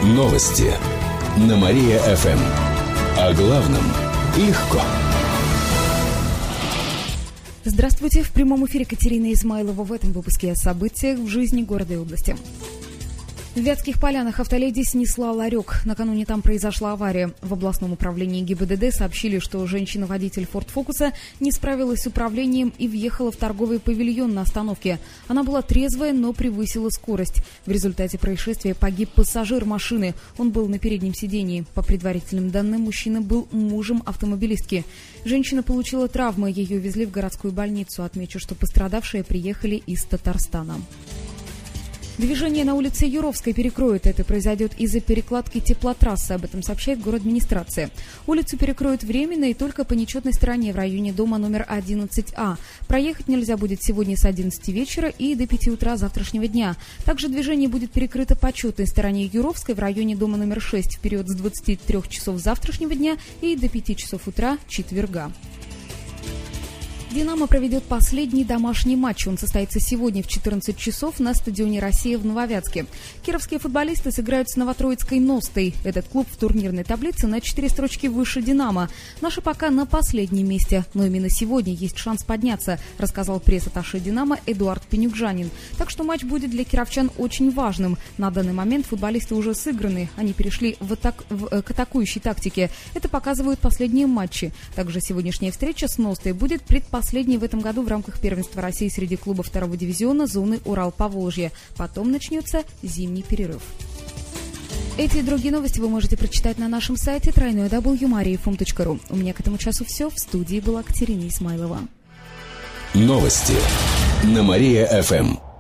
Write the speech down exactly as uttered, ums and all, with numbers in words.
Новости на Мария-ФМ. О главном легко. Здравствуйте. В прямом эфире Катерина Измайлова. В этом выпуске о событиях в жизни города и области. В Вятских Полянах автоледи снесла ларек. Накануне там произошла авария. В областном управлении ГИБДД сообщили, что женщина-водитель «Форд Фокуса» не справилась с управлением и въехала в торговый павильон на остановке. Она была трезвая, но превысила скорость. В результате происшествия погиб пассажир машины. Он был на переднем сидении. По предварительным данным, мужчина был мужем автомобилистки. Женщина получила травмы. Ее везли в городскую больницу. Отмечу, что пострадавшие приехали из Татарстана. Движение на улице Юровской перекроют. Это произойдет из-за перекладки теплотрассы. Об этом сообщает городадминистрация. Улицу перекроют временно и только по нечетной стороне в районе дома номер одиннадцать А. Проехать нельзя будет сегодня с одиннадцати вечера и до пяти утра завтрашнего дня. Также движение будет перекрыто по четной стороне Юровской в районе дома номер шесть в период с двадцати трёх часов завтрашнего дня и до пяти часов утра четверга. «Динамо» проведет последний домашний матч. Он состоится сегодня в четырнадцать часов на стадионе «Россия» в Нововятске. Кировские футболисты сыграют с новотроицкой «Ностой». Этот клуб в турнирной таблице на четыре строчки выше «Динамо». Наши пока на последнем месте, но именно сегодня есть шанс подняться, рассказал пресс-атташе «Динамо» Эдуард Пенюкжанин. Так что матч будет для кировчан очень важным. На данный момент футболисты уже сыграны. Они перешли в атак... в... к атакующей тактике. Это показывают последние матчи. Также сегодняшняя встреча с «Ностой» будет предпоследней. Последний в этом году в рамках первенства России среди клубов второго дивизиона зоны Урал-Поволжье. Потом начнется зимний перерыв. Эти и другие новости вы можете прочитать на нашем сайте дабл ю дабл ю дабл ю точка мария эф эм точка ру. У меня к этому часу все. В студии была Катерина Измайлова. Новости на Мария-ФМ.